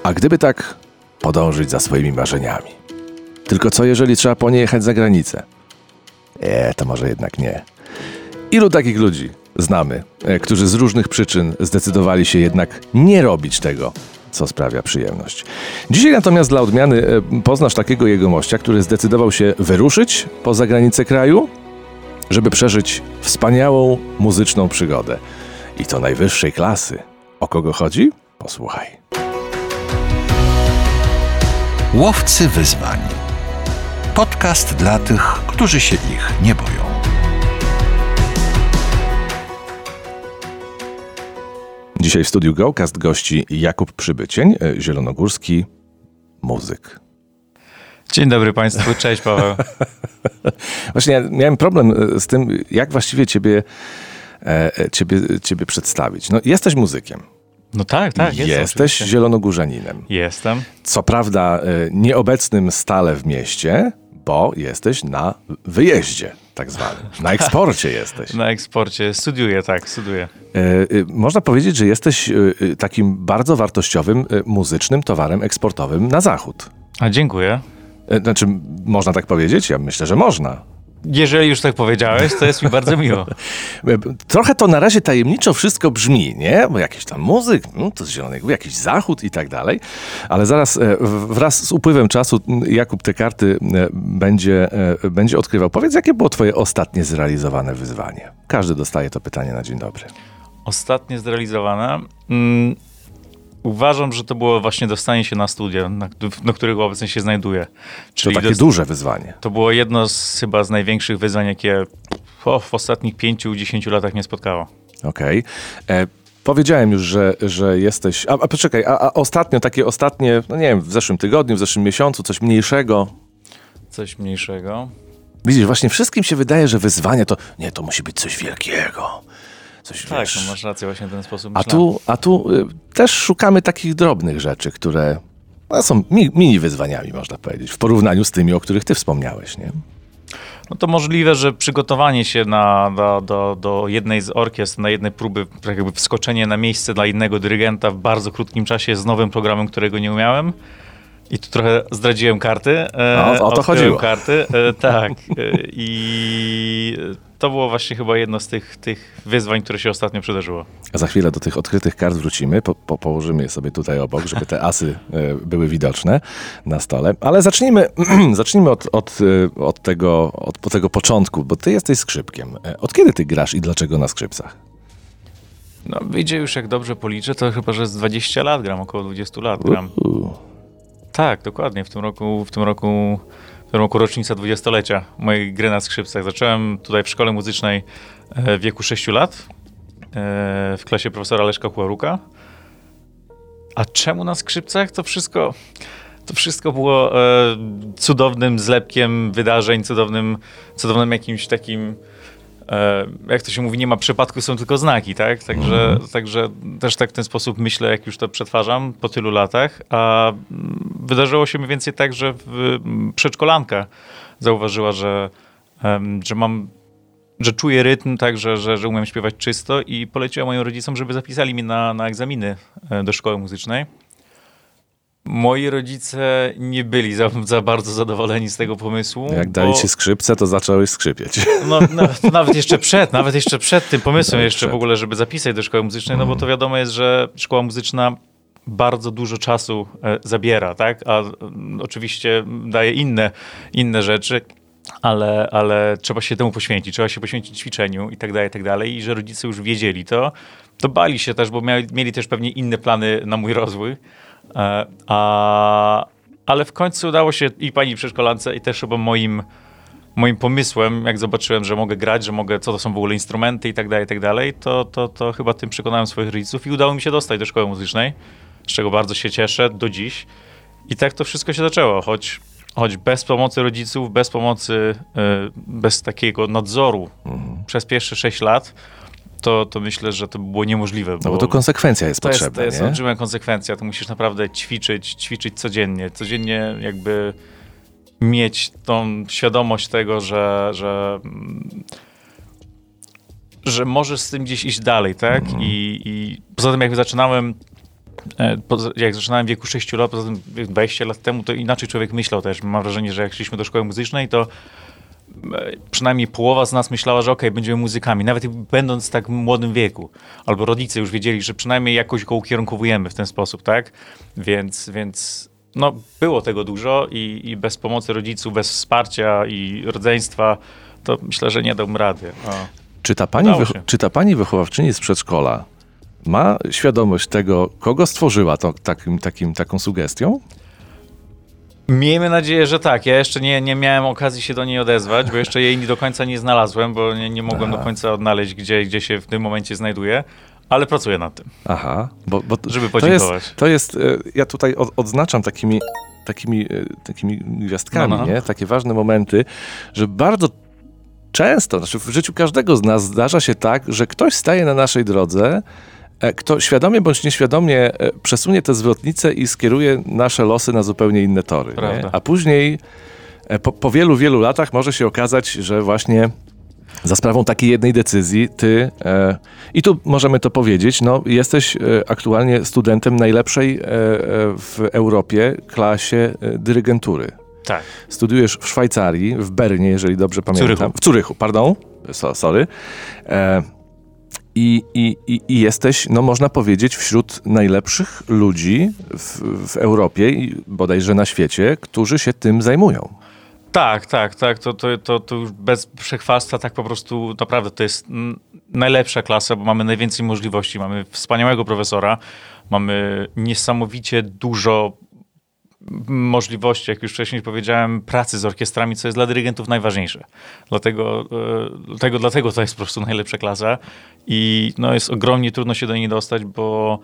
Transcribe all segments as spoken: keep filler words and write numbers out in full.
A gdyby tak podążyć za swoimi marzeniami? Tylko co, jeżeli trzeba po nie jechać za granicę? Nie, to może jednak nie. Ilu takich ludzi znamy, którzy z różnych przyczyn zdecydowali się jednak nie robić tego, co sprawia przyjemność. Dzisiaj natomiast dla odmiany poznasz takiego jegomościa, który zdecydował się wyruszyć poza granicę kraju, żeby przeżyć wspaniałą muzyczną przygodę. I to najwyższej klasy. O kogo chodzi? Posłuchaj. Łowcy wyzwań. Podcast dla tych, którzy się ich nie boją. Dzisiaj w studiu GoCast gości Jakub Przybycień, zielonogórski muzyk. Dzień dobry Państwu, cześć Paweł. Właśnie ja miałem problem z tym, jak właściwie ciebie, e, ciebie, ciebie przedstawić. No, jesteś muzykiem. No tak, tak. Jest, jesteś oczywiście. zielonogórzaninem. Jestem. Co prawda e, nieobecnym stale w mieście, bo jesteś na wyjeździe tak zwanym. Na eksporcie jesteś. Na eksporcie. Studiuję, tak, studiuję. E, e, można powiedzieć, że jesteś e, takim bardzo wartościowym e, muzycznym towarem eksportowym na zachód. A dziękuję. E, znaczy, można tak powiedzieć? Ja myślę, że można. Jeżeli już tak powiedziałeś, to jest mi bardzo miło. Trochę to na razie tajemniczo wszystko brzmi, nie? Bo jakiś tam muzyk, no to z Zielonego, jakiś zachód i tak dalej. Ale zaraz e, wraz z upływem czasu Jakub te karty e, będzie, e, będzie odkrywał. Powiedz, jakie było twoje ostatnie zrealizowane wyzwanie? Każdy dostaje to pytanie na dzień dobry. Ostatnie zrealizowane? Mm, uważam, że to było właśnie dostanie się na studia, na, na których obecnie się znajduję. Czyli to takie dost- duże wyzwanie. To było jedno z chyba z największych wyzwań, jakie o, w ostatnich pięciu, dziesięciu latach mnie spotkało. Okej. Okay. Powiedziałem już, że, że jesteś... A, a poczekaj, a, a ostatnio, takie ostatnie, no nie wiem, w zeszłym tygodniu, w zeszłym miesiącu, coś mniejszego? Coś mniejszego. Widzisz, właśnie wszystkim się wydaje, że wyzwanie to... Nie, to musi być coś wielkiego. Coś, Tak, wiesz, no masz rację, właśnie w ten sposób a myślałem. tu, a tu y, też szukamy takich drobnych rzeczy, które no, są mi, mini wyzwaniami, można powiedzieć, w porównaniu z tymi, o których ty wspomniałeś, nie? No to możliwe, że przygotowanie się na, do, do, do jednej z orkiestr, na jednej próby, tak jakby wskoczenie na miejsce dla innego dyrygenta w bardzo krótkim czasie z nowym programem, którego nie umiałem. I tu trochę zdradziłem karty. E, no, o to chodziło. Karty, e, tak. E, I to było właśnie chyba jedno z tych, tych wyzwań, które się ostatnio przydarzyło. A za chwilę do tych odkrytych kart wrócimy, po, po, położymy je sobie tutaj obok, żeby te asy e, były widoczne na stole. Ale zacznijmy, zacznijmy od, od, od, tego, od, od tego początku, bo ty jesteś skrzypkiem. Od kiedy ty grasz i dlaczego na skrzypcach? No wyjdzie już, jak dobrze policzę, to chyba, że z dwadzieścia lat gram, około dwadzieścia lat gram. Uh. Tak, dokładnie. W tym roku, w tym roku, w tym roku rocznica dwudziestolecia mojej gry na skrzypcach. Zacząłem tutaj w szkole muzycznej w wieku sześciu lat, w klasie profesora Leszka Kułaruka. A czemu na skrzypcach? To wszystko, to wszystko było cudownym zlepkiem wydarzeń, cudownym, cudownym jakimś takim, jak to się mówi, nie ma przypadku, są tylko znaki, tak? Także, mm. także też tak w ten sposób myślę, jak już to przetwarzam po tylu latach. A wydarzyło się mniej więcej tak, że przedszkolanka zauważyła, że, że mam, że czuję rytm, tak, że, że, że umiem śpiewać czysto i poleciła moim rodzicom, żeby zapisali mnie na, na egzaminy do szkoły muzycznej. Moi rodzice nie byli za, za bardzo zadowoleni z tego pomysłu. Jak dali bo... ci skrzypce, to zacząłeś skrzypieć. No, nawet, nawet jeszcze przed, nawet jeszcze przed tym pomysłem, Nawet jeszcze przed. w ogóle, żeby zapisać do szkoły muzycznej, no bo to wiadomo jest, że szkoła muzyczna bardzo dużo czasu e, zabiera, tak? A m, oczywiście daje inne, inne rzeczy, ale, ale trzeba się temu poświęcić, trzeba się poświęcić ćwiczeniu i tak dalej, i tak dalej. I że rodzice już wiedzieli to, to bali się też, bo mieli, mieli też pewnie inne plany na mój rozwój. A, ale w końcu udało się i pani przedszkolance, i też chyba moim, moim pomysłem, jak zobaczyłem, że mogę grać, że mogę, co to są w ogóle instrumenty i tak dalej, i tak dalej, to, to, to chyba tym przekonałem swoich rodziców i udało mi się dostać do szkoły muzycznej, z czego bardzo się cieszę do dziś. I tak to wszystko się zaczęło, choć, choć bez pomocy rodziców, bez pomocy, bez takiego nadzoru mhm. przez pierwsze sześć lat, to, to myślę, że to było niemożliwe. Bo no bo to konsekwencja jest to potrzebna, jest, to jest nie? olbrzymia konsekwencja. To musisz naprawdę ćwiczyć, ćwiczyć codziennie. Codziennie jakby mieć tą świadomość tego, że, że, że możesz z tym gdzieś iść dalej, tak? Mm. I, I poza tym jak zaczynałem jak zaczynałem w wieku sześciu lat, poza tym dwadzieścia lat temu, to inaczej człowiek myślał też. Mam wrażenie, że jak szliśmy do szkoły muzycznej, to przynajmniej połowa z nas myślała, że okej, okay, będziemy muzykami, nawet będąc w tak młodym wieku. Albo rodzice już wiedzieli, że przynajmniej jakoś go ukierunkowujemy w ten sposób, tak? Więc, więc no, było tego dużo i, i bez pomocy rodziców, bez wsparcia i rodzeństwa, to myślę, że nie dałbym rady. O. Czy ta pani, wych- czy ta pani wychowawczyni z przedszkola ma świadomość tego, kogo stworzyła to takim, takim, taką sugestią? Miejmy nadzieję, że tak. Ja jeszcze nie, nie miałem okazji się do niej odezwać, bo jeszcze jej do końca nie znalazłem, bo nie, nie mogłem Aha. do końca odnaleźć, gdzie, gdzie się w tym momencie znajduję, ale pracuję nad tym. Aha. Bo, bo żeby podziękować. To jest, to jest, ja tutaj odznaczam takimi, takimi, takimi gwiazdkami, no, no. nie? Takie ważne momenty, że bardzo często, znaczy w życiu każdego z nas zdarza się tak, że ktoś staje na naszej drodze, kto świadomie bądź nieświadomie przesunie tę zwrotnicę i skieruje nasze losy na zupełnie inne tory. Nie? A później po, po wielu, wielu latach może się okazać, że właśnie za sprawą takiej jednej decyzji ty, e, i tu możemy to powiedzieć, no, jesteś e, aktualnie studentem najlepszej e, w Europie klasie e, dyrygentury. Tak. Studiujesz w Szwajcarii, w Bernie, jeżeli dobrze pamiętam. Zurychu. W Zurychu, pardon. So, sorry. E, I, i, I jesteś, no można powiedzieć, wśród najlepszych ludzi w, w Europie i bodajże na świecie, którzy się tym zajmują. Tak, tak, tak. To, to, to, to już bez przechwalstwa, tak po prostu naprawdę to jest najlepsza klasa, bo mamy najwięcej możliwości. Mamy wspaniałego profesora, mamy niesamowicie dużo możliwości, jak już wcześniej powiedziałem, pracy z orkiestrami, co jest dla dyrygentów najważniejsze. Dlatego, dlatego, dlatego to jest po prostu najlepsza klasa i no, jest ogromnie trudno się do niej dostać, bo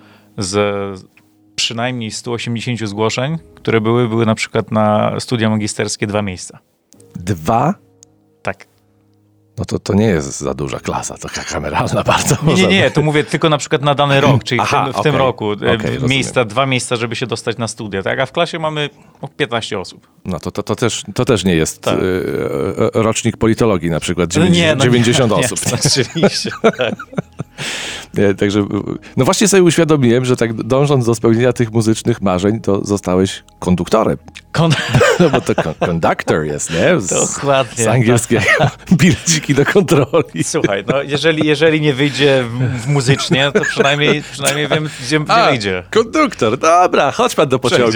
z przynajmniej stu osiemdziesięciu zgłoszeń, które były, były na przykład na studia magisterskie dwa miejsca. Dwa? Tak. No to, to nie jest za duża klasa, taka kameralna bardzo. Nie, nie, nie, to mówię tylko na przykład na dany rok, czyli Aha, w, tym, w okay, tym roku. Okay, miejsca, dwa miejsca, żeby się dostać na studia, tak? A w klasie mamy piętnaście osób. No to, to, to, też, to też nie jest tak. y, rocznik politologii na przykład, dziewięćdziesiąt, nie, no dziewięćdziesiąt nie, osób. Nie, oczywiście, tak. Nie, także, no właśnie sobie uświadomiłem, że tak dążąc do spełnienia tych muzycznych marzeń, to zostałeś konduktorem. Kon... No bo to konduktor jest, nie? Z, Dokładnie. Z angielskiego. Bileciki do kontroli. Słuchaj, no jeżeli, jeżeli nie wyjdzie w, w muzycznie, to przynajmniej, przynajmniej wiem, gdzie, gdzie A, wyjdzie. Konduktor, dobra, chodź pan do pociągu.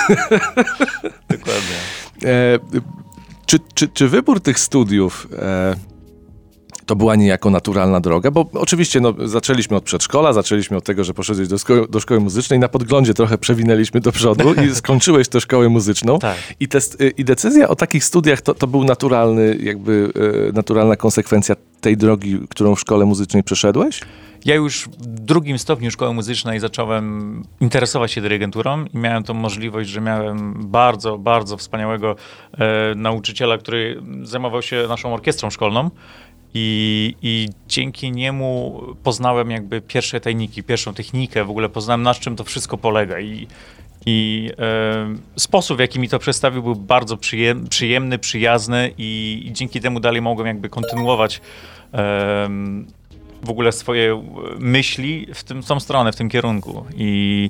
Dokładnie. E, czy, czy, czy wybór tych studiów e, to była niejako naturalna droga? Bo oczywiście no, zaczęliśmy od przedszkola, zaczęliśmy od tego, że poszedłeś do, szko- do szkoły muzycznej, na podglądzie trochę przewinęliśmy do przodu i skończyłeś tę szkołę muzyczną. Tak. I, te, I decyzja o takich studiach to, to był naturalny, jakby e, naturalna konsekwencja tej drogi, którą w szkole muzycznej przeszedłeś? Ja już w drugim stopniu szkoły muzycznej zacząłem interesować się dyrygenturą i miałem tą możliwość, że miałem bardzo, bardzo wspaniałego e, nauczyciela, który zajmował się naszą orkiestrą szkolną. I, I dzięki niemu poznałem jakby pierwsze tajniki, pierwszą technikę, w ogóle poznałem, na czym to wszystko polega. I, i e, sposób, w jaki mi to przedstawił, był bardzo przyjem, przyjemny, przyjazny i, i dzięki temu dalej mogłem jakby kontynuować e, w ogóle swoje myśli w, tym, w tą stronę, w tym kierunku. I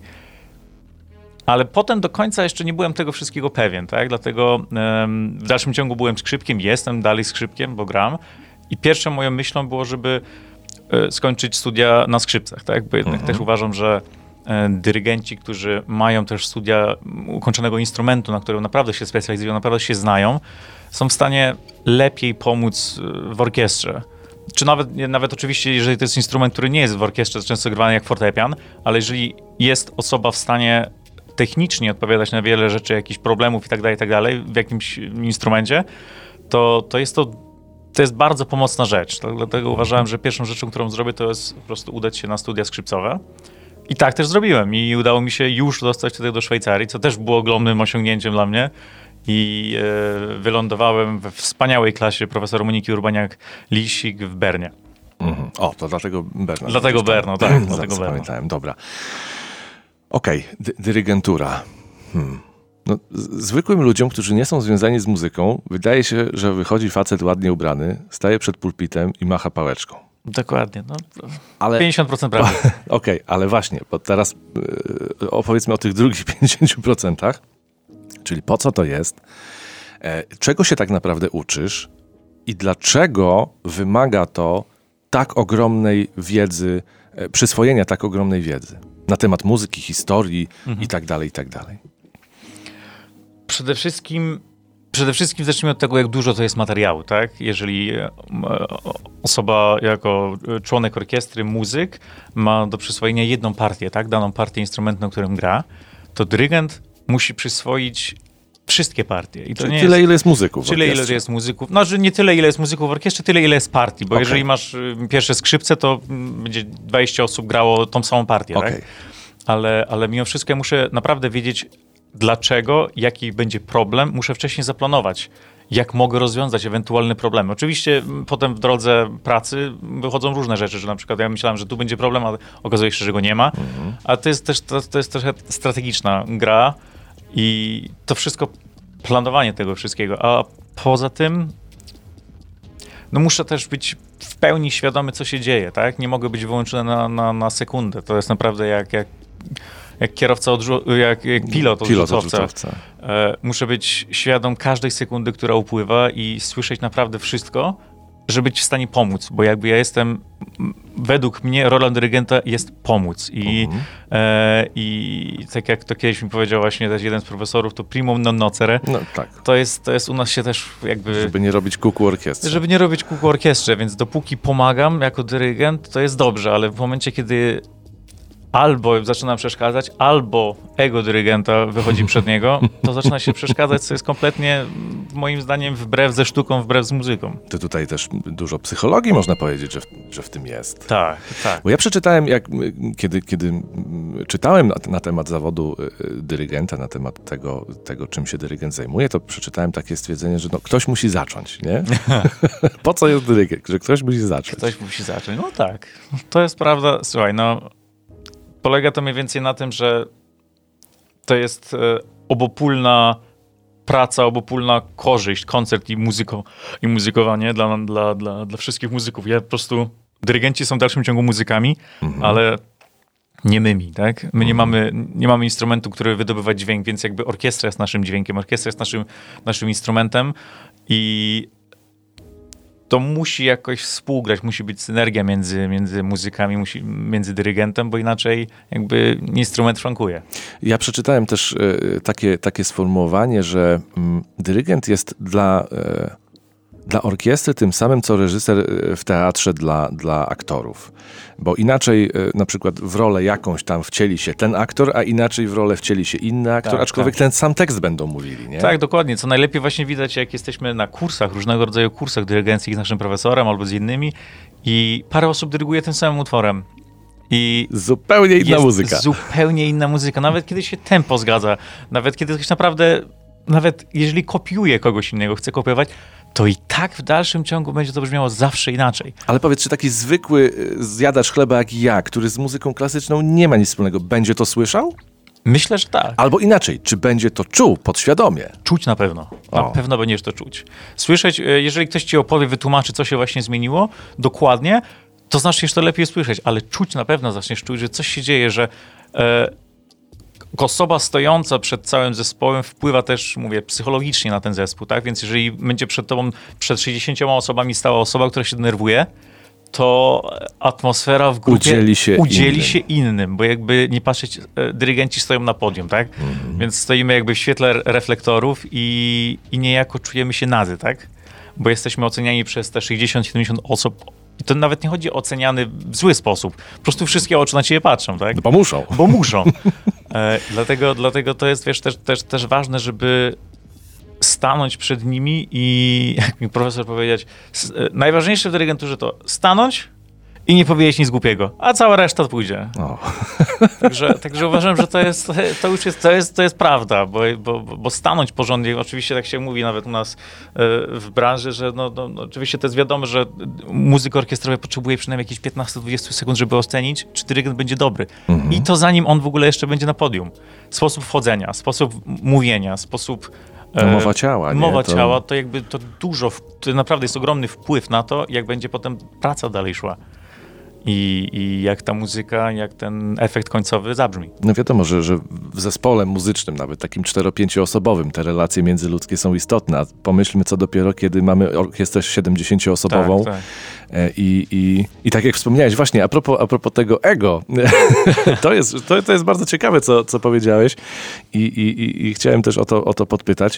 ale potem do końca jeszcze nie byłem tego wszystkiego pewien, tak? Dlatego um, w dalszym ciągu byłem skrzypkiem, jestem dalej skrzypkiem, bo gram. I pierwszą moją myślą było, żeby e, skończyć studia na skrzypcach, tak? Bo jednak mhm. też uważam, że e, dyrygenci, którzy mają też studia ukończonego instrumentu, na którym naprawdę się specjalizują, naprawdę się znają, są w stanie lepiej pomóc w orkiestrze. Czy nawet, nawet oczywiście, jeżeli to jest instrument, który nie jest w orkiestrze często grywany jak fortepian, ale jeżeli jest osoba w stanie technicznie odpowiadać na wiele rzeczy, jakichś problemów i tak dalej, i tak dalej w jakimś instrumencie, to, to jest to, to jest bardzo pomocna rzecz. Dlatego uważałem, że pierwszą rzeczą, którą zrobię, to jest po prostu udać się na studia skrzypcowe. I tak też zrobiłem i udało mi się już dostać tutaj do Szwajcarii, co też było ogromnym osiągnięciem dla mnie. I e, wylądowałem we wspaniałej klasie profesor Moniki Urbaniak-Lisik w Bernie. Mhm. O, to dlatego Berno. Dlatego Berno, tak. dlatego Berno. Pamiętałem, dobra. Okej, okay. Dy- dyrygentura. Hmm. No, z- zwykłym ludziom, którzy nie są związani z muzyką, wydaje się, że wychodzi facet ładnie ubrany, staje przed pulpitem i macha pałeczką. Dokładnie, no Ale... pięćdziesiąt procent prawdy. Okej, okay, ale właśnie, bo teraz yy, opowiedzmy o tych drugich pięćdziesięciu procentach, czyli po co to jest, e, czego się tak naprawdę uczysz i dlaczego wymaga to tak ogromnej wiedzy, e, przyswojenia tak ogromnej wiedzy na temat muzyki, historii mhm. i tak dalej, i tak dalej. Przede wszystkim Przede wszystkim zacznijmy od tego, jak dużo to jest materiału, tak? Jeżeli osoba jako członek orkiestry, muzyk ma do przyswojenia jedną partię, tak? Daną partię instrumentu, na którym gra, to dyrygent musi przyswoić wszystkie partie. I to Czyli nie tyle, jest, ile jest muzyków w Tyle, ile jest muzyków. No, że nie tyle, ile jest muzyków w orkiestrze, tyle, ile jest partii, bo okay. jeżeli masz pierwsze skrzypce, to będzie dwadzieścia osób grało tą samą partię, okay. tak? Ale, ale mimo wszystko ja muszę naprawdę wiedzieć, dlaczego, jaki będzie problem, muszę wcześniej zaplanować, jak mogę rozwiązać ewentualne problemy. Oczywiście potem w drodze pracy wychodzą różne rzeczy, że na przykład ja myślałem, że tu będzie problem, ale okazuje się, że go nie ma. Mhm. A to jest też to, to jest trochę strategiczna gra i to wszystko, planowanie tego wszystkiego. A poza tym no muszę też być w pełni świadomy, co się dzieje, tak? Nie mogę być wyłączony na, na, na sekundę. To jest naprawdę jak... jak jak kierowca, odrzu- jak, jak pilot odrzutowca. Pilot odrzutowca. E, muszę być świadom każdej sekundy, która upływa i słyszeć naprawdę wszystko, żeby być w stanie pomóc, bo jakby ja jestem, według mnie rola dyrygenta jest pomóc i, uh-huh. e, i tak jak to kiedyś mi powiedział właśnie też jeden z profesorów, to primum non nocere, no, tak. to, jest, to jest u nas się też jakby... Żeby nie robić kuku orkiestrze. Żeby nie robić kuku orkiestrze, więc dopóki pomagam jako dyrygent, to jest dobrze, ale w momencie, kiedy albo zaczyna przeszkadzać, albo ego dyrygenta wychodzi przed niego, to zaczyna się przeszkadzać, co jest kompletnie, moim zdaniem, wbrew ze sztuką, wbrew z muzyką. To tutaj też dużo psychologii można powiedzieć, że w, że w tym jest. Tak, tak. Bo ja przeczytałem, jak, kiedy, kiedy czytałem na, na temat zawodu dyrygenta, na temat tego, tego, czym się dyrygent zajmuje, to przeczytałem takie stwierdzenie, że no, ktoś musi zacząć, nie? Po co jest dyrygent? Że ktoś musi zacząć. Ktoś musi zacząć, no tak. To jest prawda. Słuchaj, no... Polega to mniej więcej na tym, że to jest e, obopólna praca, obopólna korzyść, koncert i, muzyko, i muzykowanie dla, dla, dla, dla wszystkich muzyków. Ja po prostu, dyrygenci są w dalszym ciągu muzykami, mhm. ale nie mymi, tak? My mhm. nie mamy, nie mamy instrumentu, który wydobywa dźwięk, więc jakby orkiestra jest naszym dźwiękiem, orkiestra jest naszym, naszym instrumentem i to musi jakoś współgrać, musi być synergia między, między muzykami, musi, między dyrygentem, bo inaczej jakby instrument szwankuje. Ja przeczytałem też y, takie, takie sformułowanie, że y, dyrygent jest dla, y, dla orkiestry tym samym, co reżyser w teatrze dla, dla aktorów. Bo inaczej y, na przykład w rolę jakąś tam wcieli się ten aktor, a inaczej w rolę wcieli się inny aktor, tak, aczkolwiek tak. ten sam tekst będą mówili, nie? Tak, dokładnie. Co najlepiej właśnie widać, jak jesteśmy na kursach, różnego rodzaju kursach dyrygenckich z naszym profesorem albo z innymi i parę osób dyryguje tym samym utworem. I zupełnie inna muzyka. Zupełnie inna muzyka. Nawet kiedy się tempo zgadza, nawet kiedy ktoś naprawdę, nawet jeżeli kopiuje kogoś innego, chce kopiować, to i tak w dalszym ciągu będzie to brzmiało zawsze inaczej. Ale powiedz, czy taki zwykły zjadacz chleba jak ja, który z muzyką klasyczną nie ma nic wspólnego, będzie to słyszał? Myślę, że tak. Albo inaczej, czy będzie to czuł podświadomie? Czuć na pewno. Na o. pewno będziesz to czuć. Słyszeć, jeżeli ktoś ci opowie, wytłumaczy, co się właśnie zmieniło, dokładnie, to zaczniesz to lepiej słyszeć, ale czuć na pewno zaczniesz czuć, że coś się dzieje, że e, osoba stojąca przed całym zespołem wpływa też, mówię, psychologicznie na ten zespół, tak? Więc jeżeli będzie przed tobą, przed sześćdziesięcioma osobami stała osoba, która się denerwuje, to atmosfera w grupie udzieli się, udzieli innym. się innym, bo jakby nie patrzeć, dyrygenci stoją na podium, tak? Mm. Więc stoimy jakby w świetle reflektorów i, i niejako czujemy się nadzy, tak? Bo jesteśmy oceniani przez te sześćdziesiąt siedemdziesiąt osób. I to nawet nie chodzi o oceniany w zły sposób. Po prostu wszystkie oczy na ciebie patrzą, tak? No bo muszą. Bo muszą. e, dlatego, dlatego to jest, wiesz, też, też, też ważne, żeby stanąć przed nimi i, jak mi profesor powiedzieć, s- najważniejsze w dyrygenturze to stanąć i nie powiedzieć nic głupiego, a cała reszta pójdzie. O. Także, także uważam, że to jest, to już jest, to jest, to jest prawda, bo, bo, bo stanąć porządnie, oczywiście tak się mówi nawet u nas w branży, że no, no, no, oczywiście to jest wiadomo, że muzyk orkiestrowy potrzebuje przynajmniej jakieś piętnaście do dwudziestu sekund, żeby ocenić, czy dyrygent będzie dobry. Mhm. I to zanim on w ogóle jeszcze będzie na podium. Sposób wchodzenia, sposób mówienia, sposób No, mowa ciała, nie? Mowa to... ciała, to jakby to dużo, to naprawdę jest ogromny wpływ na to, jak będzie potem praca dalej szła. I, I jak ta muzyka, jak ten efekt końcowy zabrzmi. No wiadomo, że, że w zespole muzycznym, nawet takim cztero-pięcioosobowym, te relacje międzyludzkie są istotne. A pomyślmy, co dopiero, kiedy mamy orkiestrę siedemdziesięcioosobową. Tak, tak. I, i, I tak jak wspomniałeś, właśnie a propos, a propos tego ego, to, jest, to, to jest bardzo ciekawe, co, co powiedziałeś. I, i, i chciałem też o to, o to podpytać.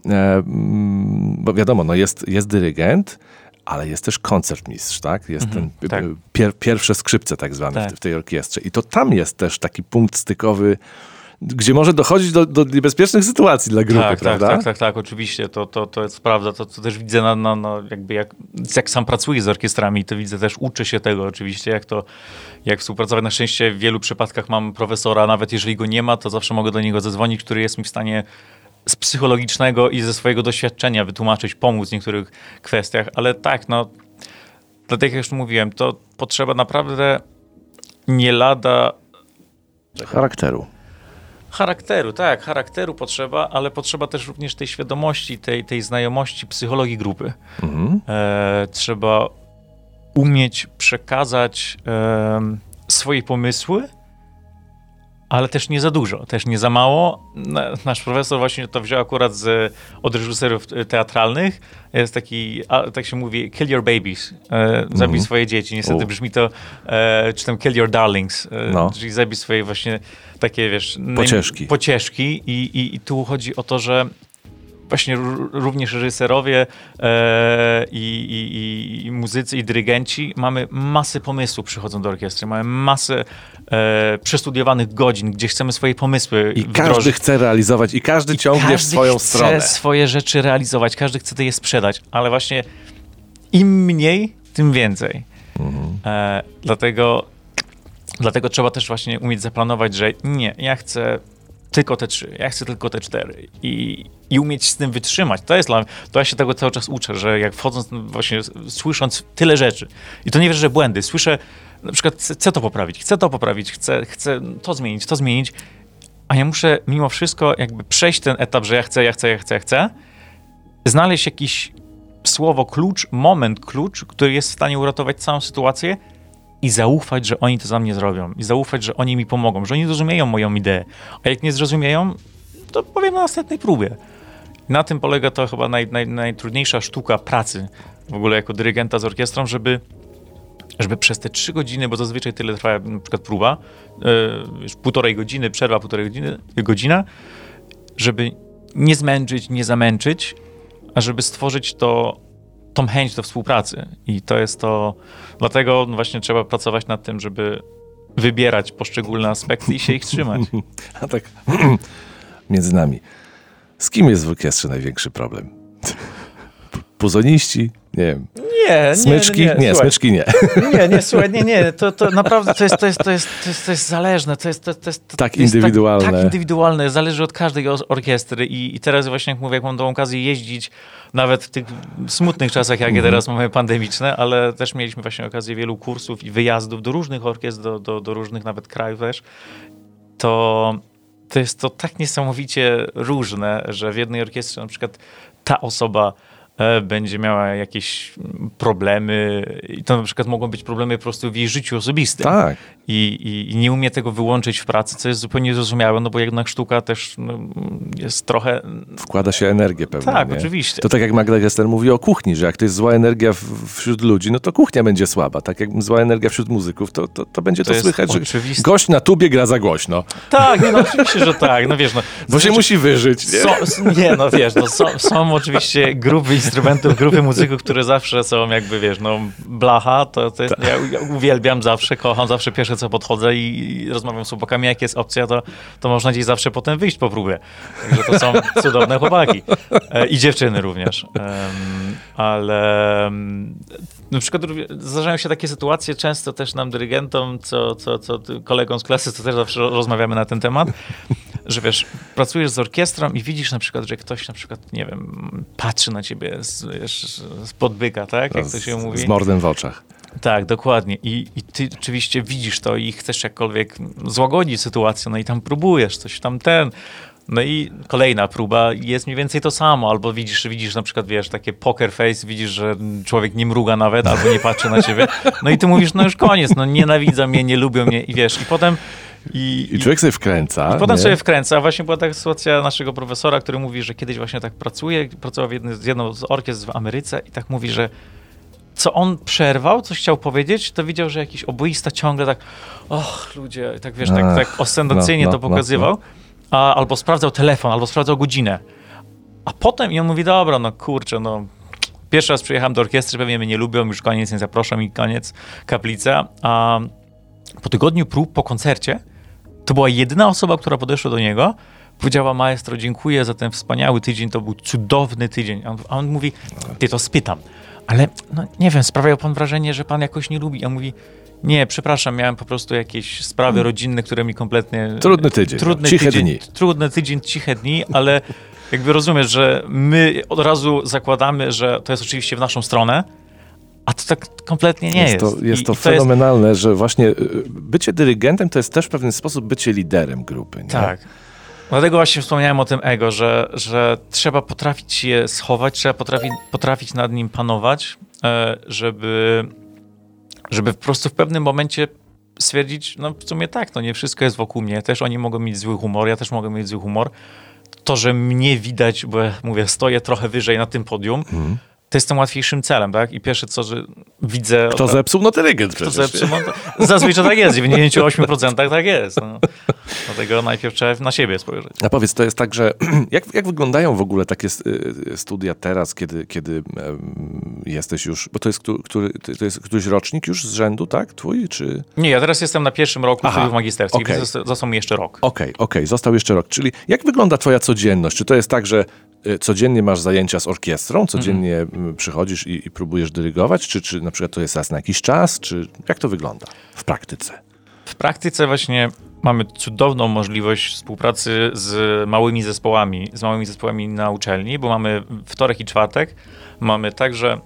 Bo wiadomo, no jest, jest dyrygent, ale jest też koncertmistrz, tak? Jest mhm, ten tak. Pier, pierwsze skrzypce tak zwane tak. W, w tej orkiestrze. I to tam jest też taki punkt stykowy, gdzie może dochodzić do, do niebezpiecznych sytuacji dla grupy, tak, prawda? Tak, tak, tak, tak, oczywiście. To, to, to jest prawda. To, to też widzę, na, na, na jakby jak, jak sam pracuję z orkiestrami, to widzę też, uczę się tego oczywiście, jak to, jak współpracować. Na szczęście w wielu przypadkach mam profesora, nawet jeżeli go nie ma, to zawsze mogę do niego zadzwonić, który jest mi w stanie z psychologicznego i ze swojego doświadczenia wytłumaczyć, pomóc w niektórych kwestiach, ale tak, no, dlatego jak już mówiłem, to potrzeba naprawdę nie lada... Charakteru. Charakteru, tak, charakteru potrzeba, ale potrzeba też również tej świadomości, tej, tej znajomości psychologii grupy. Mhm. E, trzeba umieć przekazać e, swoje pomysły, ale też nie za dużo, też nie za mało. Nasz profesor właśnie to wziął akurat z, od reżyserów teatralnych. Jest taki, tak się mówi, kill your babies. E, zabij mm. swoje dzieci. Niestety U. brzmi to, e, czy tam kill your darlings. E, no. Czyli zabij swoje właśnie takie, wiesz... Pocieszki. Pocieszki. I, i, i tu chodzi o to, że właśnie r- również reżyserowie e, i, i, i muzycy, i dyrygenci mamy masę pomysłów, przychodzą do orkiestry, mamy masę e, przestudiowanych godzin, gdzie chcemy swoje pomysły I wdrożyć. Każdy chce realizować i każdy I ciągnie każdy w swoją chce stronę. swoje rzeczy realizować, każdy chce je sprzedać, ale właśnie im mniej, tym więcej. Mhm. E, dlatego, dlatego trzeba też właśnie umieć zaplanować, że nie, ja chcę tylko te trzy, ja chcę tylko te cztery i, i umieć z tym wytrzymać. To jest dla mnie, to ja się tego cały czas uczę, że jak wchodząc, właśnie słysząc tyle rzeczy i to nie wierzę, że błędy, słyszę na przykład chcę to poprawić, chcę to poprawić, chcę, chcę to zmienić, to zmienić, a ja muszę mimo wszystko jakby przejść ten etap, że ja chcę, ja chcę, ja chcę, ja chcę, znaleźć jakiś słowo klucz, moment klucz, który jest w stanie uratować całą sytuację i zaufać, że oni to za mnie zrobią. I zaufać, że oni mi pomogą, że oni zrozumieją moją ideę. A jak nie zrozumieją, to powiem na następnej próbie. Na tym polega to chyba naj, naj, najtrudniejsza sztuka pracy w ogóle jako dyrygenta z orkiestrą, żeby, żeby przez te trzy godziny, bo zazwyczaj tyle trwa na przykład próba, yy, półtorej godziny, przerwa półtorej godziny, godzina, żeby nie zmęczyć, nie zamęczyć, a żeby stworzyć to tą chęć do współpracy. I to jest to... Dlatego właśnie trzeba pracować nad tym, żeby wybierać poszczególne aspekty i się ich trzymać. A tak między nami. Z kim jest w orkiestrze największy problem? Puzoniści? Nie wiem. Nie, smyczki? Nie, nie, nie, smyczki nie. Nie, nie, słuchaj, nie, nie. To, to naprawdę to jest, to jest, to jest, to jest, to jest zależne. To jest, to, to jest, to tak jest indywidualne. Tak, tak indywidualne. Zależy od każdej orkiestry. I, I teraz właśnie, jak mówię, jak mam tą okazję jeździć, nawet w tych smutnych czasach, jakie teraz mamy pandemiczne, ale też mieliśmy właśnie okazję wielu kursów i wyjazdów do różnych orkiestr, do, do, do różnych nawet krajów też, to, to jest to tak niesamowicie różne, że w jednej orkiestrze na przykład ta osoba będzie miała jakieś problemy i to na przykład mogą być problemy po prostu w jej życiu osobistym. Tak. I, i, i nie umie tego wyłączyć w pracy, co jest zupełnie zrozumiałe, no bo jednak sztuka też no, jest trochę... Wkłada się energię pewnie. Tak, nie? oczywiście. To tak jak Magda Gessler mówi o kuchni, że jak to jest zła energia w, wśród ludzi, no to kuchnia będzie słaba. Tak jak zła energia wśród muzyków, to, to, to będzie to, to słychać, że oczywiste. Gość na tubie gra za głośno. Tak, nie, no oczywiście, że tak. No wiesz, no... Bo się musi wyżyć. Nie, są, nie no wiesz, no, są, są oczywiście grupy instrumentów, grupy muzyków, które zawsze są jakby, wiesz, no blacha, to, to jest, ja, ja uwielbiam zawsze, kocham, zawsze pierwsze co podchodzę i, i rozmawiam z chłopakami, jak jest opcja, to, to można gdzieś zawsze potem wyjść po próbie. Także to są cudowne chłopaki. E, I dziewczyny również. Um, ale um, na przykład zdarzają się takie sytuacje często też nam dyrygentom, co, co, co kolegom z klasy, to też zawsze rozmawiamy na ten temat, że wiesz, pracujesz z orkiestrą i widzisz na przykład, że ktoś na przykład, nie wiem, patrzy na ciebie z, wiesz, z podbyka, tak? Jak to się mówi. Z mordem w oczach. Tak, dokładnie. I, I ty oczywiście widzisz to i chcesz jakkolwiek złagodzić sytuację, no i tam próbujesz coś tam ten. No i kolejna próba jest mniej więcej to samo, albo widzisz, widzisz na przykład, wiesz, takie poker face, widzisz, że człowiek nie mruga nawet, albo nie patrzy na ciebie, no i ty mówisz, no już koniec, no nienawidzą mnie, nie lubią mnie i wiesz, i potem... I, I człowiek sobie wkręca. I potem nie? sobie wkręca. Właśnie była taka sytuacja naszego profesora, który mówi, że kiedyś właśnie tak pracuje, pracował w jednej, z jedną z orkiestr w Ameryce i tak mówi, że co on przerwał, coś chciał powiedzieć, to widział, że jakiś oboista ciągle tak, och, ludzie, tak wiesz, tak, Ach, tak ostentacyjnie no, to no, pokazywał, no, A, albo sprawdzał telefon, albo sprawdzał godzinę. A potem i on mówi, dobra, no kurczę, no pierwszy raz przyjechałem do orkiestry, pewnie mnie nie lubią, już koniec, nie zaproszą i koniec, kaplica. A po tygodniu prób, po koncercie, to była jedyna osoba, która podeszła do niego, powiedziała, maestro, dziękuję za ten wspaniały tydzień, to był cudowny tydzień. A on, a on mówi, ty to spytam, ale no, nie wiem, sprawiał pan wrażenie, że pan jakoś nie lubi. A on mówi, nie, przepraszam, miałem po prostu jakieś sprawy rodzinne, które mi kompletnie... Trudny tydzień, trudny ciche tydzień, dni. Trudny tydzień, ciche dni, ale jakby rozumiesz, że my od razu zakładamy, że to jest oczywiście w naszą stronę, a to tak kompletnie nie jest. Jest to, jest I, to i fenomenalne, jest... że właśnie bycie dyrygentem to jest też w pewien sposób bycie liderem grupy. Nie? Tak. Dlatego właśnie wspomniałem o tym ego, że, że trzeba potrafić je schować, trzeba potrafić, potrafić nad nim panować, żeby, żeby po prostu w pewnym momencie stwierdzić, no w sumie tak, no nie wszystko jest wokół mnie, też oni mogą mieć zły humor, ja też mogę mieć zły humor. To, że mnie widać, bo ja mówię, stoję trochę wyżej na tym podium, mm. to jest tym łatwiejszym celem, tak? I pierwsze co, że widzę... Kto zepsuł? No dyrygent Kto przecież. zepsuł? No, to, zazwyczaj tak jest, w dziewięćdziesięciu ośmiu procentach tak jest. No. Dlatego najpierw trzeba na siebie spojrzeć. A powiedz, to jest tak, że jak, jak wyglądają w ogóle takie studia teraz, kiedy, kiedy um, jesteś już, bo to jest, który, to jest któryś rocznik już z rzędu, tak? Twój, czy... Nie, ja teraz jestem na pierwszym roku Aha, studiów magisterskich, okay. więc został mi jeszcze rok. Okej, okay, okej, okay. Został jeszcze rok. Czyli jak wygląda twoja codzienność? Czy to jest tak, że codziennie masz zajęcia z orkiestrą, codziennie mm. przychodzisz i, i próbujesz dyrygować, czy, czy na przykład to jest raz na jakiś czas, czy jak to wygląda w praktyce? W praktyce właśnie mamy cudowną możliwość współpracy z małymi zespołami, z małymi zespołami na uczelni, bo mamy wtorek i czwartek, mamy także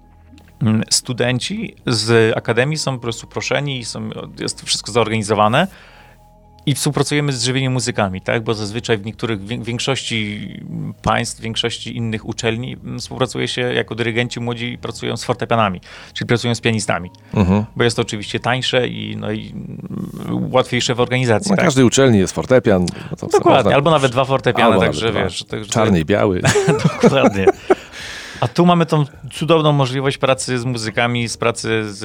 studenci z akademii są po prostu proszeni i są, jest to wszystko zorganizowane. I współpracujemy z żywymi muzykami, tak? Bo zazwyczaj w niektórych, w większości państw, w większości innych uczelni współpracuje się jako dyrygenci młodzi pracują z fortepianami, czyli pracują z pianistami. Uh-huh. Bo jest to oczywiście tańsze i, no i łatwiejsze w organizacji. Na tak? każdej uczelni jest fortepian. No to Dokładnie, można... albo nawet dwa fortepiany, także dwa. wiesz. Tak, czarny i biały. Dokładnie. A tu mamy tą cudowną możliwość pracy z muzykami, z pracy z...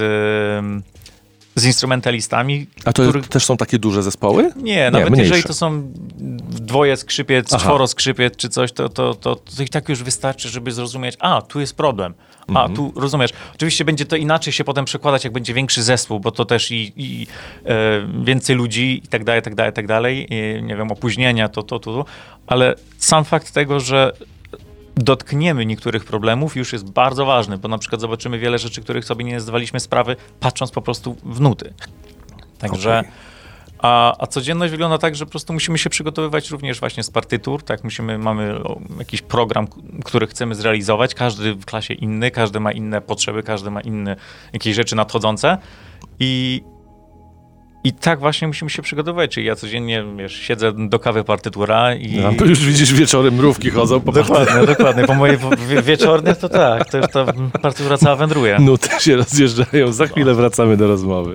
z instrumentalistami. A to których... też są takie duże zespoły? Nie, Nie nawet mniejsze. Jeżeli to są dwoje skrzypiec, Aha. czworo skrzypiec czy coś, to, to, to, to i tak już wystarczy, żeby zrozumieć, a, tu jest problem. A, mm-hmm. tu rozumiesz. Oczywiście będzie to inaczej się potem przekładać, jak będzie większy zespół, bo to też i, i e, więcej ludzi i tak dalej, tak dalej, tak dalej. I, nie wiem, opóźnienia, to, to, to, to. Ale sam fakt tego, że dotkniemy niektórych problemów już jest bardzo ważny, bo na przykład zobaczymy wiele rzeczy, których sobie nie zdawaliśmy sprawy, patrząc po prostu w nuty. Także, okay. a, a codzienność wygląda tak, że po prostu musimy się przygotowywać również właśnie z partytur, tak, musimy, mamy jakiś program, który chcemy zrealizować, każdy w klasie inny, każdy ma inne potrzeby, każdy ma inne jakieś rzeczy nadchodzące i I tak właśnie musimy się przygotować, czyli ja codziennie, wiesz, siedzę do kawy partytura i... No, już widzisz, wieczorem mrówki chodzą po Dokładnie, dokładnie. Po mojej wie- wieczornych to tak, to już ta partytura cała wędruje. Nuty się rozjeżdżają, za chwilę wracamy do rozmowy.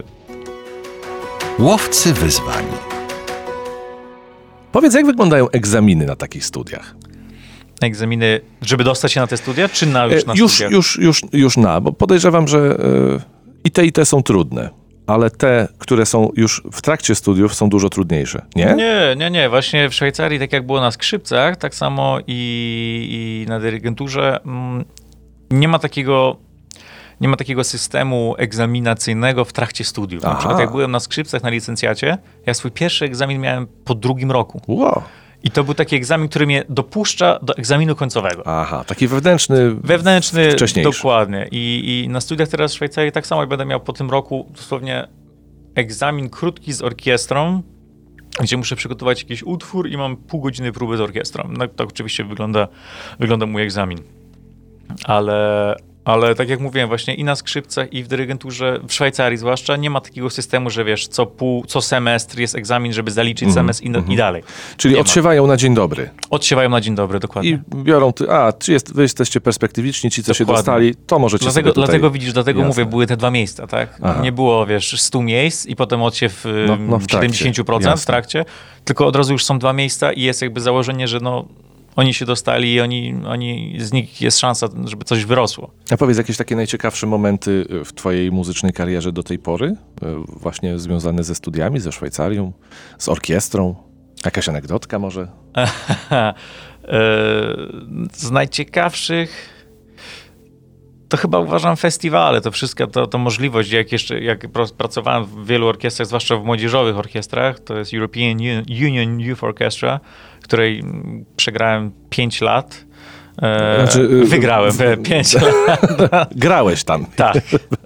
Łowcy wyzwań. Powiedz, jak wyglądają egzaminy na takich studiach? Egzaminy, żeby dostać się na te studia, czy na już na już, studiach? Już, już, już na, bo podejrzewam, że y, i te, i te są trudne. Ale te, które są już w trakcie studiów, są dużo trudniejsze, nie? Nie, nie, nie. Właśnie w Szwajcarii, tak jak było na skrzypcach, tak samo i, i na dyrygenturze, mm, nie ma takiego... Nie ma takiego systemu egzaminacyjnego w trakcie studiów. Na Aha. przykład jak byłem na skrzypcach na licencjacie, ja swój pierwszy egzamin miałem po drugim roku. Wow. I to był taki egzamin, który mnie dopuszcza do egzaminu końcowego. Aha, taki wewnętrzny, Wewnętrzny, wcześniejszy. Dokładnie. I, I na studiach teraz w Szwajcarii tak samo będę miał po tym roku dosłownie egzamin krótki z orkiestrą, gdzie muszę przygotować jakiś utwór i mam pół godziny próby z orkiestrą. No, tak oczywiście wygląda, wygląda mój egzamin. Ale... Ale tak jak mówiłem, właśnie i na skrzypcach, i w dyrygenturze, w Szwajcarii zwłaszcza, nie ma takiego systemu, że wiesz, co pół, co semestr jest egzamin, żeby zaliczyć Mhm, semestr i, no- i dalej. Czyli Nie ma. odsiewają na dzień dobry. Odsiewają na dzień dobry, dokładnie. I biorą, ty, a, czy jest, wy jesteście perspektywiczni, ci, co się Dokładnie. dostali, to możecie Dlatego, sobie tutaj... dlatego widzisz, dlatego Jasne. mówię, były te dwa miejsca, tak? Aha. Nie było, wiesz, stu miejsc i potem odsiew y, No, no w trakcie. siedemdziesiąt procent Jasne. w trakcie, tylko od razu już są dwa miejsca i jest jakby założenie, że no, oni się dostali i oni, oni, z nich jest szansa, żeby coś wyrosło. A powiedz, jakieś takie najciekawsze momenty w twojej muzycznej karierze do tej pory? Y, Właśnie związane ze studiami, ze Szwajcarią, z orkiestrą? Jakaś anegdotka może? E, z najciekawszych to chyba uważam festiwale, to wszystko, to, to możliwość, jak jeszcze, jak pro- pracowałem w wielu orkiestrach, zwłaszcza w młodzieżowych orkiestrach, to jest European U- Union Youth Orchestra, w której mm, przegrałem pięć lat. E, Znaczy, y, wygrałem w- pięć lat. Grałeś tam. Tak. E,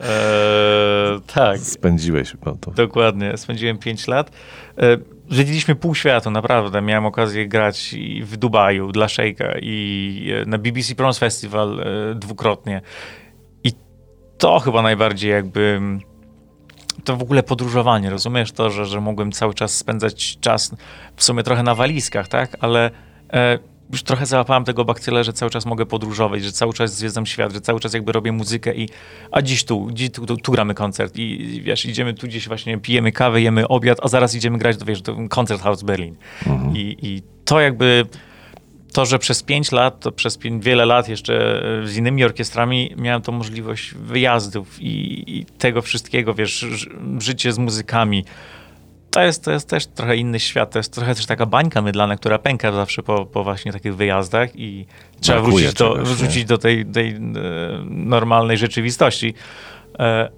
tak. Spędziłeś. Bo to... Dokładnie, spędziłem pięć lat. E, Zwiedziliśmy pół świata, naprawdę. Miałem okazję grać i w Dubaju dla Szejka i e, na B B C Proms Festival e, dwukrotnie. I to chyba najbardziej jakby mm, to w ogóle podróżowanie, rozumiesz? To, że, że mogłem cały czas spędzać czas w sumie trochę na walizkach, tak? Ale e, już trochę załapałem tego bakcyla, że cały czas mogę podróżować, że cały czas zwiedzam świat, że cały czas jakby robię muzykę i a dziś tu, dziś tu, tu, tu gramy koncert i, i wiesz, idziemy tu gdzieś właśnie, pijemy kawę, jemy obiad, a zaraz idziemy grać do, wiesz, do Konzerthaus Berlin. Mhm. I, I to jakby, to, że przez pięć lat, to przez pięć, wiele lat jeszcze z innymi orkiestrami miałem tą możliwość wyjazdów i, i tego wszystkiego, wiesz, ż- życie z muzykami. To jest, to jest też trochę inny świat, to jest trochę też taka bańka mydlana, która pęka zawsze po, po właśnie takich wyjazdach i trzeba Brakuje wrócić, do, czegoś, nie? wrócić do tej, tej e, normalnej rzeczywistości. E,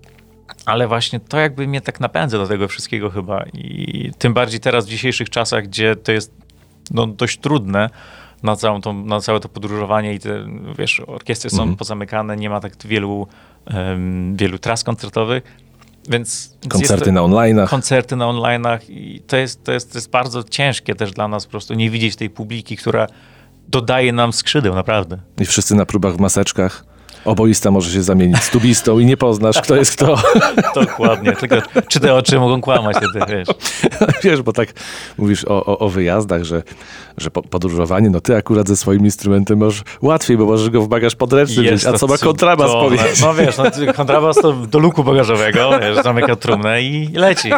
ale właśnie to jakby mnie tak napędza do tego wszystkiego chyba i tym bardziej teraz w dzisiejszych czasach, gdzie to jest no, dość trudne na, całą tą, na całe to podróżowanie i te, wiesz, orkiestry są Mhm. pozamykane, nie ma tak wielu, em, wielu tras koncertowych, więc więc Koncerty jest to, na online'ach. koncerty na online'ach i to jest, to, jest, to jest bardzo ciężkie też dla nas po prostu nie widzieć tej publiki, która dodaje nam skrzydeł, naprawdę. I wszyscy na próbach w maseczkach. Oboista może się zamienić z tubistą i nie poznasz, kto jest kto. Dokładnie, tylko czy te oczy mogą kłamać, ty, wiesz. Wiesz, bo tak mówisz o, o, o wyjazdach, że, że po- podróżowanie, no ty akurat ze swoim instrumentem masz łatwiej, bo możesz go w bagaż podręczny wziąć, a to co ma kontrabas cudowne. powiedzieć? No wiesz, no, kontrabas to do luku bagażowego, wiesz, zamyka trumnę i leci.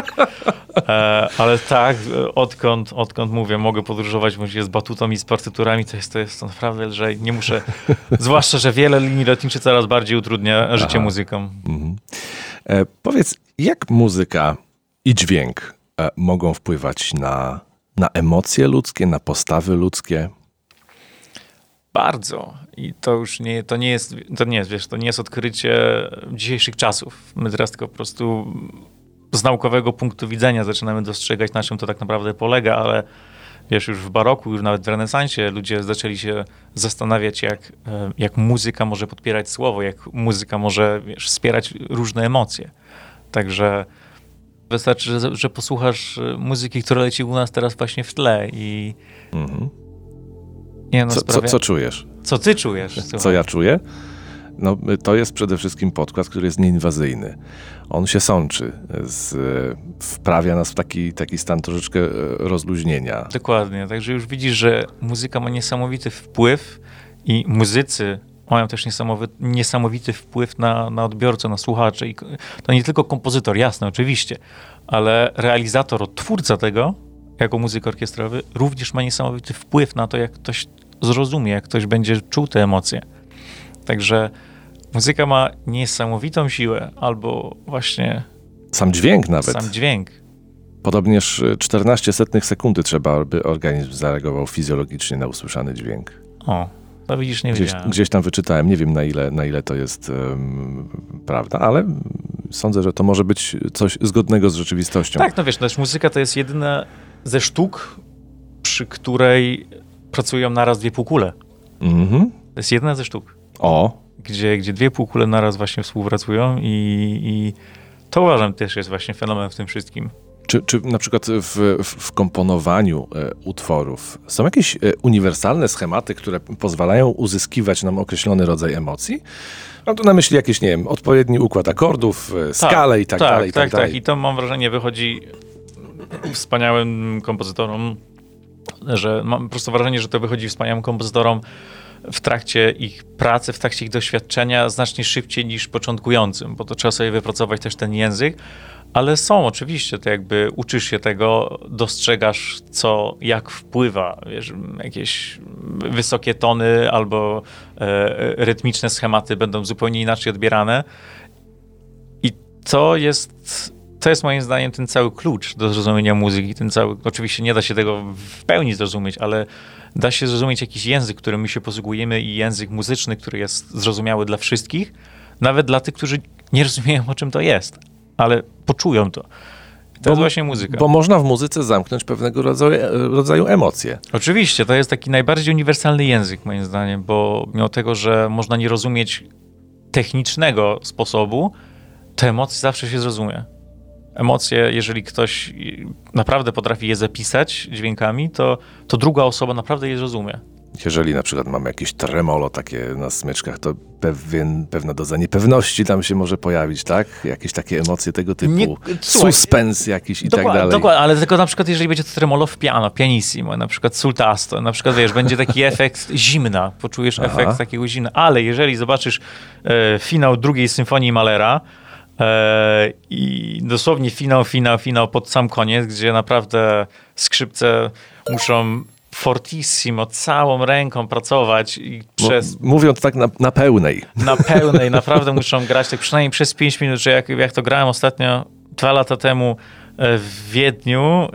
E, ale tak, odkąd, odkąd mówię, mogę podróżować właściwie z batutą i z partyturami, to jest, to jest to naprawdę lżej. Nie muszę, zwłaszcza, że wiele linii lotniczych coraz bardziej utrudnia życie Aha. muzykom. Mhm. E, powiedz, jak muzyka i dźwięk e, mogą wpływać na, na emocje ludzkie, na postawy ludzkie? Bardzo. I to już nie, to nie jest, to nie jest, wiesz, to nie jest odkrycie dzisiejszych czasów. My teraz tylko po prostu z naukowego punktu widzenia zaczynamy dostrzegać, na czym to tak naprawdę polega, ale wiesz, już w baroku, już nawet w renesansie ludzie zaczęli się zastanawiać, jak, e, jak muzyka może podpierać słowo, jak muzyka może, wiesz, wspierać różne emocje. Także wystarczy, że, że posłuchasz e, muzyki, która leci u nas teraz właśnie w tle i Mhm. nie no, Co, co, sprawia... co czujesz? Co ty czujesz? Co Słuchaj. ja czuję? No, to jest przede wszystkim podkład, który jest nieinwazyjny. On się sączy, z, wprawia nas w taki, taki stan troszeczkę e, rozluźnienia. Dokładnie, także już widzisz, że muzyka ma niesamowity wpływ i muzycy mają też niesamowity, niesamowity wpływ na, na odbiorcę, na słuchaczy. I to nie tylko kompozytor, jasne, oczywiście, ale realizator, twórca tego, jako muzyk orkiestrowy, również ma niesamowity wpływ na to, jak ktoś zrozumie, jak ktoś będzie czuł te emocje. Także muzyka ma niesamowitą siłę, albo właśnie Sam dźwięk nawet. sam dźwięk. Podobnież czternaście setnych sekundy trzeba, by organizm zareagował fizjologicznie na usłyszany dźwięk. O, to widzisz, nie Gdzieś, wiedziałem. gdzieś tam wyczytałem, nie wiem na ile, na ile to jest um, prawda, ale sądzę, że to może być coś zgodnego z rzeczywistością. Tak, no wiesz, też muzyka to jest jedyna ze sztuk, przy której pracują naraz dwie półkule. Mhm. To jest jedna ze sztuk, O, gdzie, gdzie dwie półkule naraz właśnie współpracują i, i to uważam też jest właśnie fenomen w tym wszystkim. Czy, czy na przykład w, w, w komponowaniu e, utworów są jakieś e, uniwersalne schematy, które pozwalają uzyskiwać nam określony rodzaj emocji? Mam tu na myśli jakieś, nie wiem, odpowiedni układ akordów, e, skalę tak, i tak, tak dalej. Tak, i tak, tak, tak. I to mam wrażenie wychodzi wspaniałym kompozytorom, że mam po prostu wrażenie, że to wychodzi wspaniałym kompozytorom w trakcie ich pracy, w trakcie ich doświadczenia znacznie szybciej niż początkującym, bo to trzeba sobie wypracować też ten język, ale są oczywiście, to jakby uczysz się tego, dostrzegasz co, jak wpływa, wiesz, jakieś wysokie tony albo e, rytmiczne schematy będą zupełnie inaczej odbierane i to jest... To jest moim zdaniem ten cały klucz do zrozumienia muzyki. Ten cały, oczywiście nie da się tego w pełni zrozumieć, ale da się zrozumieć jakiś język, którym my się posługujemy i język muzyczny, który jest zrozumiały dla wszystkich, nawet dla tych, którzy nie rozumieją, o czym to jest, ale poczują to. To bo, jest właśnie muzyka. Bo można w muzyce zamknąć pewnego rodzaju, rodzaju emocje. Oczywiście, to jest taki najbardziej uniwersalny język, moim zdaniem, bo mimo tego, że można nie rozumieć technicznego sposobu, te emocje zawsze się zrozumie. Emocje, jeżeli ktoś naprawdę potrafi je zapisać dźwiękami, to, to druga osoba naprawdę je zrozumie. Jeżeli na przykład mamy jakieś tremolo takie na smyczkach, to pewien, pewna doza niepewności tam się może pojawić, tak? Jakieś takie emocje tego typu, nie, słuchaj, suspens jakiś i tak dalej. Dokładnie, ale tylko na przykład jeżeli będzie to tremolo w piano, pianissimo, na przykład sul tasto, na przykład wiesz, będzie taki efekt zimna, poczujesz Aha. efekt takiego zimna, ale jeżeli zobaczysz e, finał drugiej symfonii Mahlera, Eee, i dosłownie finał, finał, finał pod sam koniec, gdzie naprawdę skrzypce muszą fortissimo, całą ręką pracować i przez... Mówiąc tak na, na pełnej. Na pełnej, naprawdę muszą grać tak przynajmniej przez pięć minut, że jak, jak to grałem ostatnio dwa lata temu w Wiedniu,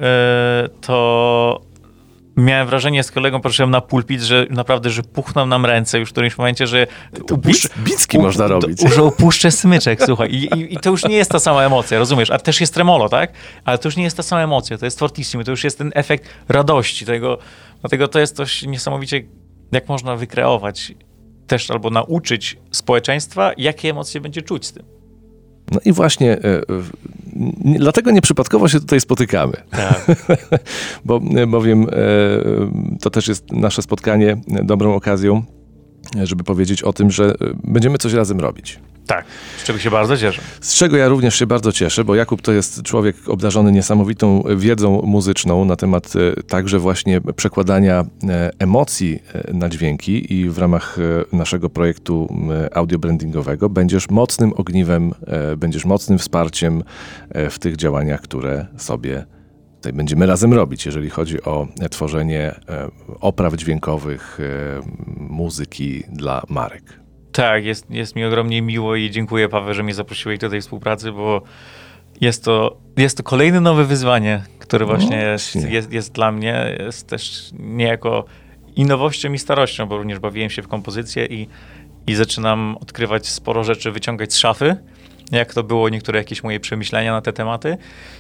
to miałem wrażenie, z kolegą patrzyłem na pulpit, że naprawdę, że puchną nam ręce już w którymś momencie, że to upuszczę, bicki u, można robić. Że upuszczę smyczek, słuchaj. I, i, I to już nie jest ta sama emocja, rozumiesz? A też jest tremolo, tak? Ale to już nie jest ta sama emocja, to jest fortissimo, to już jest ten efekt radości tego. Dlatego to jest coś niesamowicie, jak można wykreować też albo nauczyć społeczeństwa, jakie emocje będzie czuć z tym. No i właśnie e, nie, dlatego nieprzypadkowo się tutaj spotykamy. Tak. Bo, bowiem e, to też jest nasze spotkanie dobrą okazją, żeby powiedzieć o tym, że będziemy coś razem robić. Tak, z czego się bardzo cieszę. Z czego ja również się bardzo cieszę, bo Jakub to jest człowiek obdarzony niesamowitą wiedzą muzyczną na temat także właśnie przekładania emocji na dźwięki i w ramach naszego projektu audio-brandingowego będziesz mocnym ogniwem, będziesz mocnym wsparciem w tych działaniach, które sobie tutaj będziemy razem robić, jeżeli chodzi o tworzenie opraw dźwiękowych, muzyki dla marek. Tak, jest, jest mi ogromnie miło i dziękuję, Paweł, że mnie zaprosiłeś do tej współpracy, bo jest to, jest to kolejne nowe wyzwanie, które właśnie no, jest, jest, jest dla mnie, jest też niejako i nowością i starością, bo również bawiłem się w kompozycję i, i zaczynam odkrywać sporo rzeczy, wyciągać z szafy, jak to było niektóre jakieś moje przemyślenia na te tematy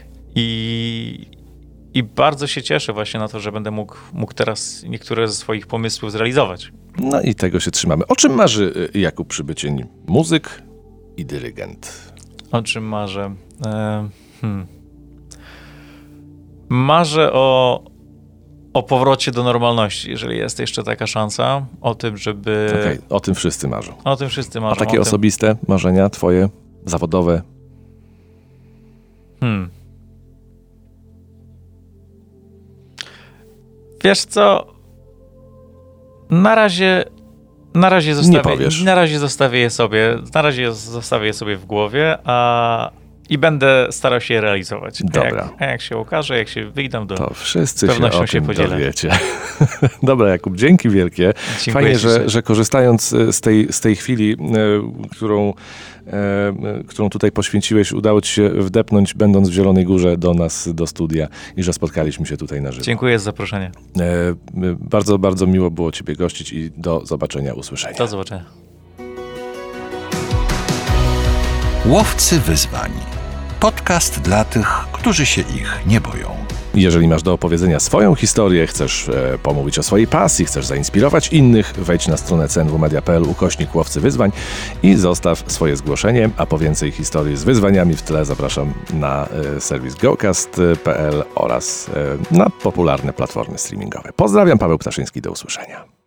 i, i bardzo się cieszę właśnie na to, że będę mógł, mógł teraz niektóre ze swoich pomysłów zrealizować. No i tego się trzymamy. O czym marzy Jakub Przybycień? Muzyk i dyrygent. O czym marzę? E, hmm. Marzę o, o powrocie do normalności, jeżeli jest jeszcze taka szansa. O tym, żeby... Okej, okay, o tym wszyscy marzą. O tym wszyscy marzą. A takie osobiste marzenia twoje, zawodowe? Hmm. Wiesz co? Na razie, na razie zostawię, nie powiesz. Na razie zostawię je sobie, na razie zostawię je sobie w głowie, a i będę starał się je realizować. Dobra. A jak, a jak się okaże, jak się wyjdą, do to wszyscy pewnością się o się tym podzielę. Dowiecie. Dobra, Jakub, dzięki wielkie. Dziękuję Fajnie, ci, że, że korzystając z tej, z tej chwili, e, którą, e, którą tutaj poświęciłeś, udało ci się wdepnąć, będąc w Zielonej Górze do nas, do studia i że spotkaliśmy się tutaj na żywo. Dziękuję za zaproszenie. E, bardzo, bardzo miło było ciebie gościć i do zobaczenia, usłyszenia. Do zobaczenia. Łowcy wyzwań. Podcast dla tych, którzy się ich nie boją. Jeżeli masz do opowiedzenia swoją historię, chcesz e, pomówić o swojej pasji, chcesz zainspirować innych, wejdź na stronę c n w media kropka p l ukośnik Łowcy Wyzwań i zostaw swoje zgłoszenie, a po więcej historii z wyzwaniami w tle zapraszam na e, serwis gocast kropka p l oraz e, na popularne platformy streamingowe. Pozdrawiam, Paweł Ptaszyński, do usłyszenia.